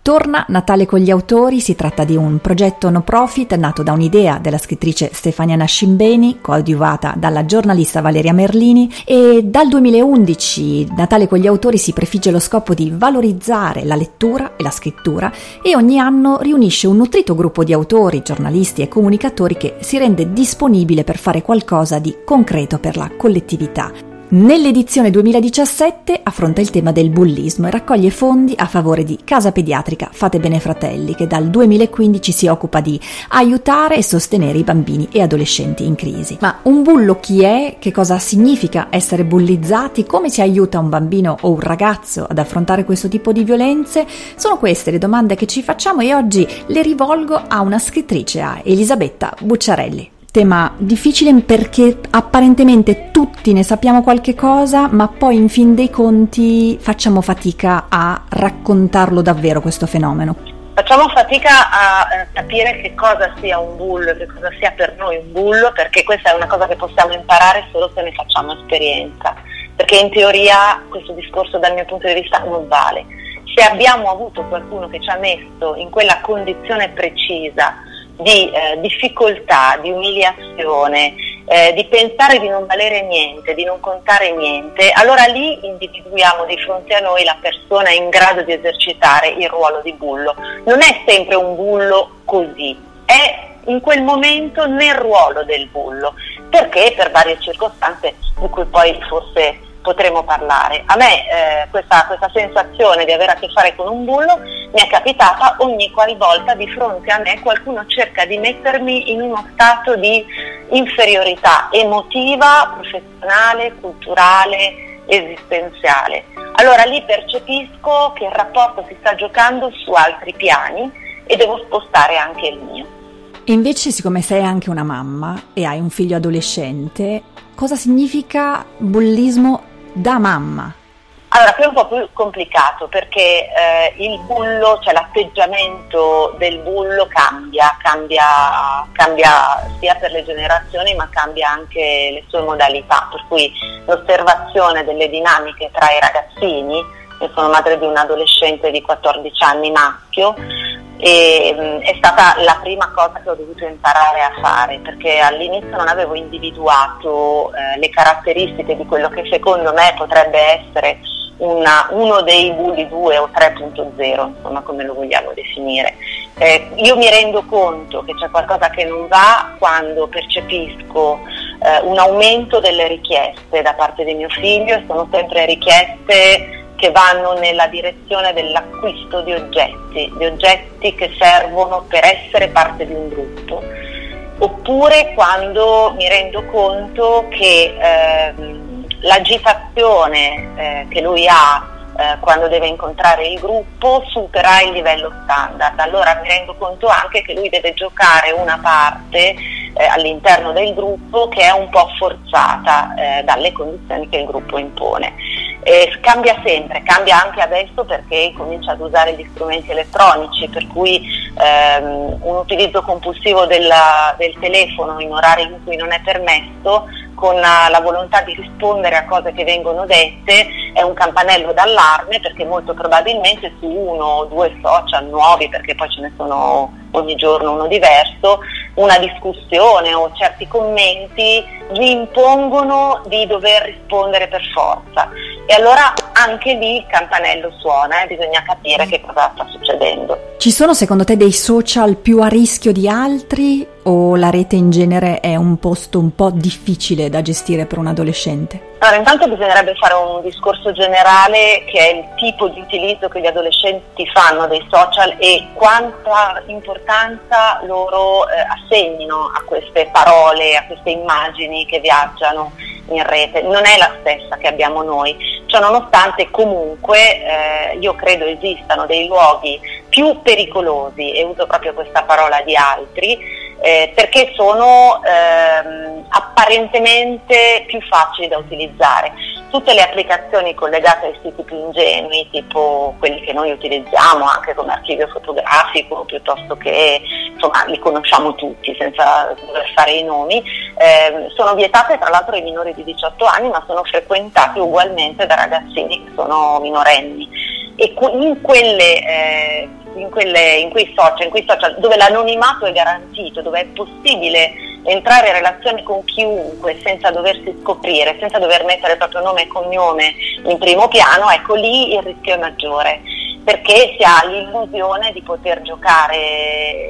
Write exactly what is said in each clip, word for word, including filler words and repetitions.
Torna Natale con gli autori, si tratta di un progetto no profit nato da un'idea della scrittrice Stefania Nascimbeni, coadiuvata dalla giornalista Valeria Merlini, e dal duemilaundici Natale con gli autori si prefigge lo scopo di valorizzare la lettura e la scrittura e ogni anno riunisce un nutrito gruppo di autori, giornalisti e comunicatori che si rende disponibile per fare qualcosa di concreto per la collettività. Nell'edizione duemiladiciassette affronta il tema del bullismo e raccoglie fondi a favore di Casa Pediatrica Fate Bene Fratelli, che dal duemilaquindici si occupa di aiutare e sostenere i bambini e adolescenti in crisi. Ma un bullo chi è? Che cosa significa essere bullizzati? Come si aiuta un bambino o un ragazzo ad affrontare questo tipo di violenze? Sono queste le domande che ci facciamo e oggi le rivolgo a una scrittrice, a Elisabetta Bucciarelli. Tema difficile perché apparentemente tutti ne sappiamo qualche cosa, ma poi in fin dei conti facciamo fatica a raccontarlo davvero questo fenomeno. Facciamo fatica a eh, capire che cosa sia un bullo, che cosa sia per noi un bullo, perché questa è una cosa che possiamo imparare solo se ne facciamo esperienza, perché in teoria questo discorso dal mio punto di vista non vale. Se abbiamo avuto qualcuno che ci ha messo in quella condizione precisa di eh, difficoltà, di umiliazione, eh, di pensare di non valere niente, di non contare niente, allora lì individuiamo di fronte a noi la persona in grado di esercitare il ruolo di bullo. Non è sempre un bullo così, è in quel momento nel ruolo del bullo, perché per varie circostanze di cui poi forse potremo parlare. A me eh, questa, questa sensazione di avere a che fare con un bullo mi è capitata ogni qualvolta di fronte a me qualcuno cerca di mettermi in uno stato di inferiorità emotiva, professionale, culturale, esistenziale. Allora lì percepisco che il rapporto si sta giocando su altri piani e devo spostare anche il mio. E invece, siccome sei anche una mamma e hai un figlio adolescente, cosa significa bullismo da mamma? Allora, qui è un po' più complicato perché eh, il bullo, cioè l'atteggiamento del bullo cambia, cambia, cambia sia per le generazioni ma cambia anche le sue modalità, per cui l'osservazione delle dinamiche tra i ragazzini, io sono madre di un adolescente di quattordici anni maschio, e mh, è stata la prima cosa che ho dovuto imparare a fare, perché all'inizio non avevo individuato eh, le caratteristiche di quello che secondo me potrebbe essere una, uno dei bulli due o tre punto zero, insomma come lo vogliamo definire. Eh, io mi rendo conto che c'è qualcosa che non va quando percepisco eh, un aumento delle richieste da parte di mio figlio, e sono sempre richieste che vanno nella direzione dell'acquisto di oggetti, di oggetti che servono per essere parte di un gruppo, oppure quando mi rendo conto che ehm, l'agitazione eh, che lui ha eh, quando deve incontrare il gruppo supera il livello standard, allora mi rendo conto anche che lui deve giocare una parte eh, all'interno del gruppo che è un po' forzata eh, dalle condizioni che il gruppo impone. Eh, cambia sempre, cambia anche adesso perché comincia ad usare gli strumenti elettronici, per cui ehm, un utilizzo compulsivo della, del telefono in orari in cui non è permesso, con la, la volontà di rispondere a cose che vengono dette, è un campanello d'allarme, perché molto probabilmente su uno o due social nuovi, perché poi ce ne sono ogni giorno uno diverso, una discussione o certi commenti gli impongono di dover rispondere per forza. E allora anche lì il campanello suona e eh, bisogna capire che cosa sta succedendo. Ci sono secondo te dei social più a rischio di altri, o la rete in genere è un posto un po' difficile da gestire per un adolescente? Allora, intanto bisognerebbe fare un discorso generale, che è il tipo di utilizzo che gli adolescenti fanno dei social e quanta importanza loro eh, assegnino a queste parole, a queste immagini che viaggiano in rete. Non è la stessa che abbiamo noi, cioè nonostante comunque eh, io credo esistano dei luoghi più pericolosi, e uso proprio questa parola di altri, eh, perché sono ehm, apparentemente più facili da utilizzare. Tutte le applicazioni collegate ai siti più ingenui, tipo quelli che noi utilizziamo anche come archivio fotografico, piuttosto che, insomma, li conosciamo tutti senza dover fare i nomi, eh, sono vietate tra l'altro ai minori di diciotto anni, ma sono frequentate ugualmente da ragazzini che sono minorenni. e in quelle eh, in, quelle, in quei social, in quei social dove l'anonimato è garantito, dove è possibile entrare in relazione con chiunque senza doversi scoprire, senza dover mettere il proprio nome e cognome in primo piano, ecco lì il rischio è maggiore, perché si ha l'illusione di poter giocare eh,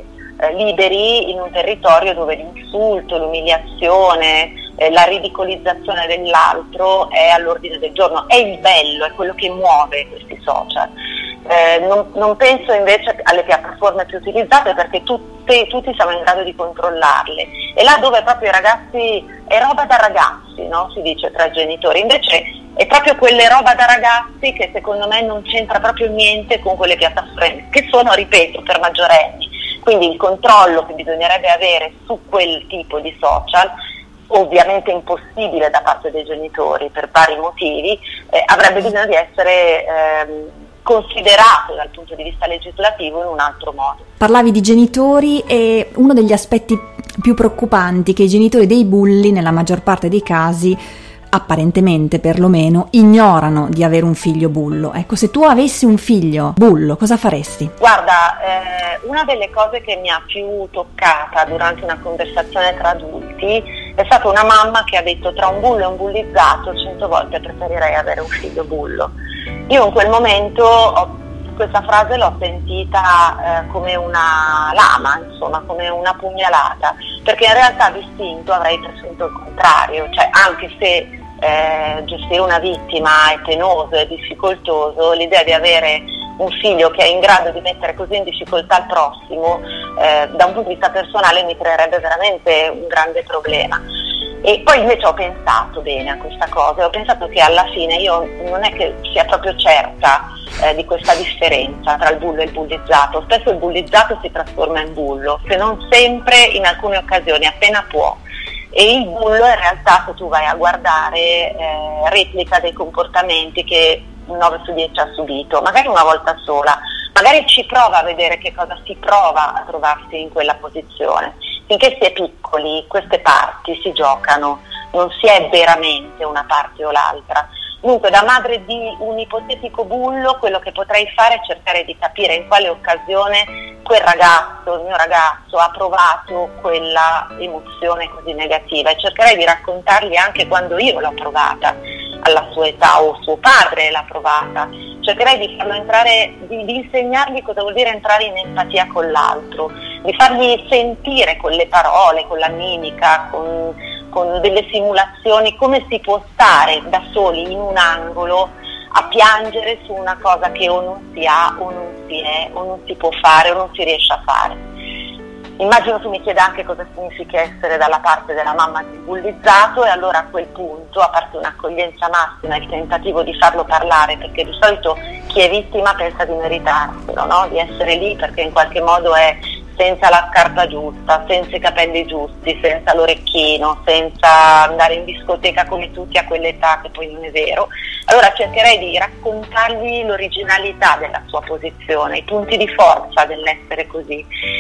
liberi in un territorio dove l'insulto, l'umiliazione, eh, la ridicolizzazione dell'altro è all'ordine del giorno. È il bello, è quello che muove questi social. Eh, non, non penso invece alle piattaforme più utilizzate, perché tutte, tutti siamo in grado di controllarle, e là dove proprio i ragazzi è roba da ragazzi, no? Si dice tra genitori, invece è proprio quelle roba da ragazzi che secondo me non c'entra proprio niente con quelle piattaforme che sono, ripeto, per maggiorenni. Quindi il controllo che bisognerebbe avere su quel tipo di social, ovviamente impossibile da parte dei genitori per vari motivi, eh, avrebbe bisogno di essere ehm, considerato dal punto di vista legislativo in un altro modo. Parlavi di genitori, e uno degli aspetti più preoccupanti che i genitori dei bulli nella maggior parte dei casi, apparentemente perlomeno, ignorano di avere un figlio bullo. Ecco, se tu avessi un figlio bullo, cosa faresti? Guarda, eh, una delle cose che mi ha più toccata durante una conversazione tra adulti è stata una mamma che ha detto: tra un bullo e un bullizzato cento volte preferirei avere un figlio bullo. Io in quel momento ho, questa frase l'ho sentita eh, come una lama, insomma, come una pugnalata, perché in realtà d'istinto avrei preferito il contrario, cioè anche se eh, gestire una vittima è penoso, è difficoltoso, l'idea di avere un figlio che è in grado di mettere così in difficoltà il prossimo, eh, da un punto di vista personale mi creerebbe veramente un grande problema. E poi invece ho pensato bene a questa cosa e ho pensato che alla fine io non è che sia proprio certa eh, di questa differenza tra il bullo e il bullizzato. Spesso il bullizzato si trasforma in bullo, se non sempre, in alcune occasioni, appena può. E il bullo in realtà, se tu vai a guardare, eh, replica dei comportamenti che nove su dieci ha subito, magari una volta sola, magari ci prova a vedere che cosa si prova a trovarsi in quella posizione. Finché si è piccoli, queste parti si giocano, non si è veramente una parte o l'altra. Dunque, da madre di un ipotetico bullo, quello che potrei fare è cercare di capire in quale occasione quel ragazzo, il mio ragazzo, ha provato quella emozione così negativa, e cercherei di raccontargli anche quando io l'ho provata alla sua età, o suo padre l'ha provata. Cercherei di farlo entrare, di, di insegnargli cosa vuol dire entrare in empatia con l'altro, di fargli sentire con le parole, con la mimica, con, con delle simulazioni, come si può stare da soli in un angolo a piangere su una cosa che o non si ha, o non si è, o non si può fare, o non si riesce a fare. Immagino tu mi chieda anche cosa significa essere dalla parte della mamma del bullizzato, e allora a quel punto, a parte un'accoglienza massima e il tentativo di farlo parlare, perché di solito chi è vittima pensa di meritarselo, no? Di essere lì perché in qualche modo è senza la scarpa giusta, senza i capelli giusti, senza l'orecchino, senza andare in discoteca come tutti a quell'età, che poi non è vero. Allora cercherei di raccontargli l'originalità della sua posizione, i punti di forza dell'essere così,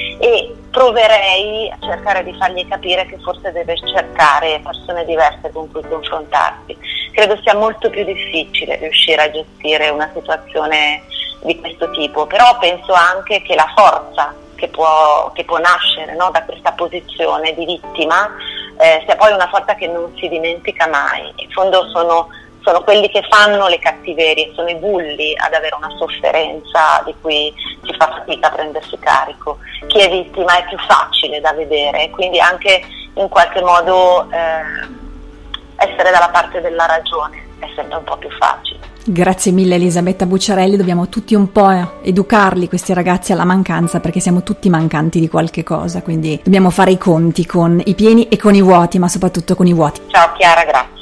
e proverei a cercare di fargli capire che forse deve cercare persone diverse con cui confrontarsi. Credo sia molto più difficile riuscire a gestire una situazione di questo tipo, però penso anche che la forza che può, che può nascere, no, da questa posizione di vittima eh, sia poi una forza che non si dimentica mai. In fondo sono, sono quelli che fanno le cattiverie, sono i bulli ad avere una sofferenza di cui si fa fatica a prendersi carico. Chi è vittima è più facile da vedere, quindi anche in qualche modo eh, essere dalla parte della ragione è sempre un po' più facile. Grazie mille Elisabetta Bucciarelli, dobbiamo tutti un po' educarli, questi ragazzi, alla mancanza, perché siamo tutti mancanti di qualche cosa, quindi dobbiamo fare i conti con i pieni e con i vuoti, ma soprattutto con i vuoti. Ciao Chiara, grazie.